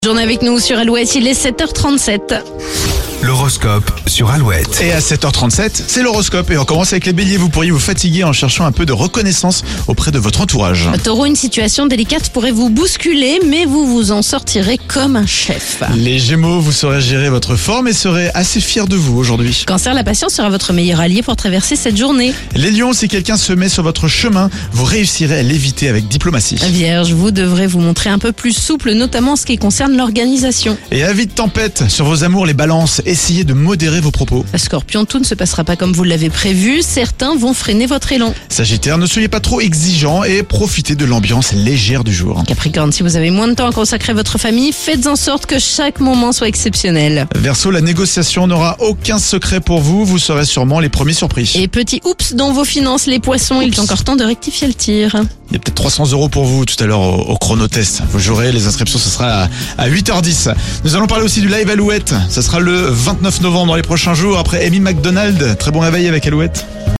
Journée avec nous sur Alouette, il est 7h37. L'horoscope sur Alouette. Et à 7h37, c'est l'horoscope et on commence avec les béliers. Vous pourriez vous fatiguer en cherchant un peu de reconnaissance auprès de votre entourage. Taureau, une situation délicate pourrait vous bousculer, mais vous vous en sortirez comme un chef. Les gémeaux, vous saurez gérer votre forme et serez assez fiers de vous aujourd'hui. Cancer, la patience sera votre meilleur allié pour traverser cette journée. Les lions, si quelqu'un se met sur votre chemin, vous réussirez à l'éviter avec diplomatie. Vierge, vous devrez vous montrer un peu plus souple, notamment en ce qui concerne l'organisation. Et avis de tempête sur vos amours, les balances, essayez de modérer vos propos. Scorpion, tout ne se passera pas comme vous l'avez prévu, certains vont freiner votre élan. Sagittaire, ne soyez pas trop exigeants et profitez de l'ambiance légère du jour. Capricorne, si vous avez moins de temps à consacrer à votre famille, faites en sorte que chaque moment soit exceptionnel. Verseau, la négociation n'aura aucun secret pour vous, vous serez sûrement les premiers surpris. Et petit oups dans vos finances, les poissons, il est encore temps de rectifier le tir. Il y a peut-être 300 € pour vous tout à l'heure au chronotest. Vous jouerez, les inscriptions, ce sera à 8h10. Nous allons parler aussi du live Alouette. Ce sera le 29 novembre dans les prochains jours après Amy McDonald. Très bon réveil avec Alouette.